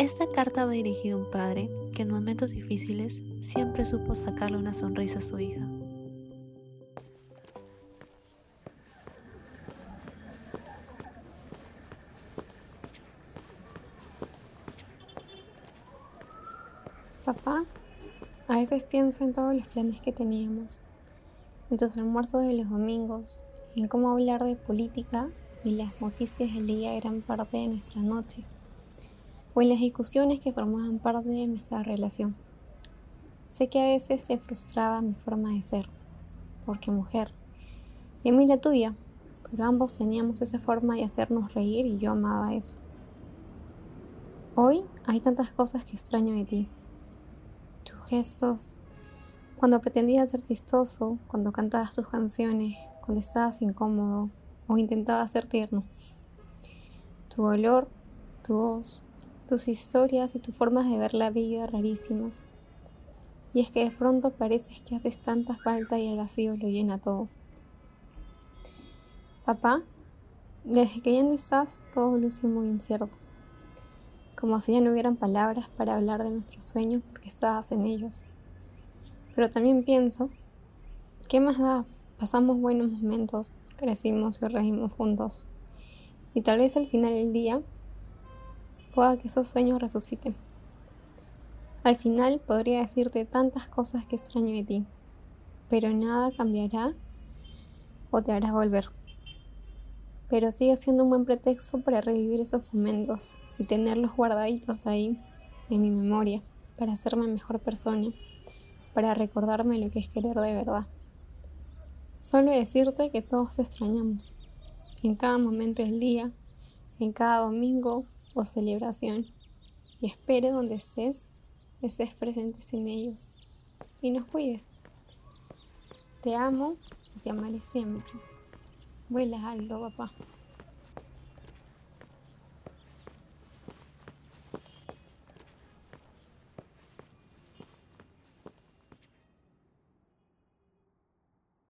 Esta carta va dirigida a un padre que en momentos difíciles siempre supo sacarle una sonrisa a su hija. Papá, a veces pienso en todos los planes que teníamos, en tus almuerzos de los domingos, en cómo hablar de política y las noticias del día eran parte de nuestra noche, o en las discusiones que formaban parte de nuestra relación. Sé que a veces te frustraba mi forma de ser, porque mujer, y a mí la tuya, pero ambos teníamos esa forma de hacernos reír y yo amaba eso. Hoy hay tantas cosas que extraño de ti, tus gestos, cuando pretendías ser chistoso, cuando cantabas tus canciones, cuando estabas incómodo o intentabas ser tierno. Tu olor, tu voz, tus historias y tus formas de ver la vida rarísimas. Y es que de pronto pareces que haces tanta falta y el vacío lo llena todo. Papá, desde que ya no estás, todo luce muy incierto. Como si ya no hubieran palabras para hablar de nuestros sueños porque estabas en ellos. Pero también pienso, ¿qué más da? Pasamos buenos momentos, crecimos y reímos juntos. Y tal vez al final del día pueda que esos sueños resuciten. Al final podría decirte tantas cosas que extraño de ti, pero nada cambiará o te hará volver. Pero sigue siendo un buen pretexto para revivir esos momentos y tenerlos guardaditos ahí en mi memoria, para hacerme mejor persona, para recordarme lo que es querer de verdad. Solo decirte que todos te extrañamos, en cada momento del día, en cada domingo o celebración, y espero donde estés presente sin ellos y nos cuides. Te amo y te amaré siempre. Vuela alto, papá.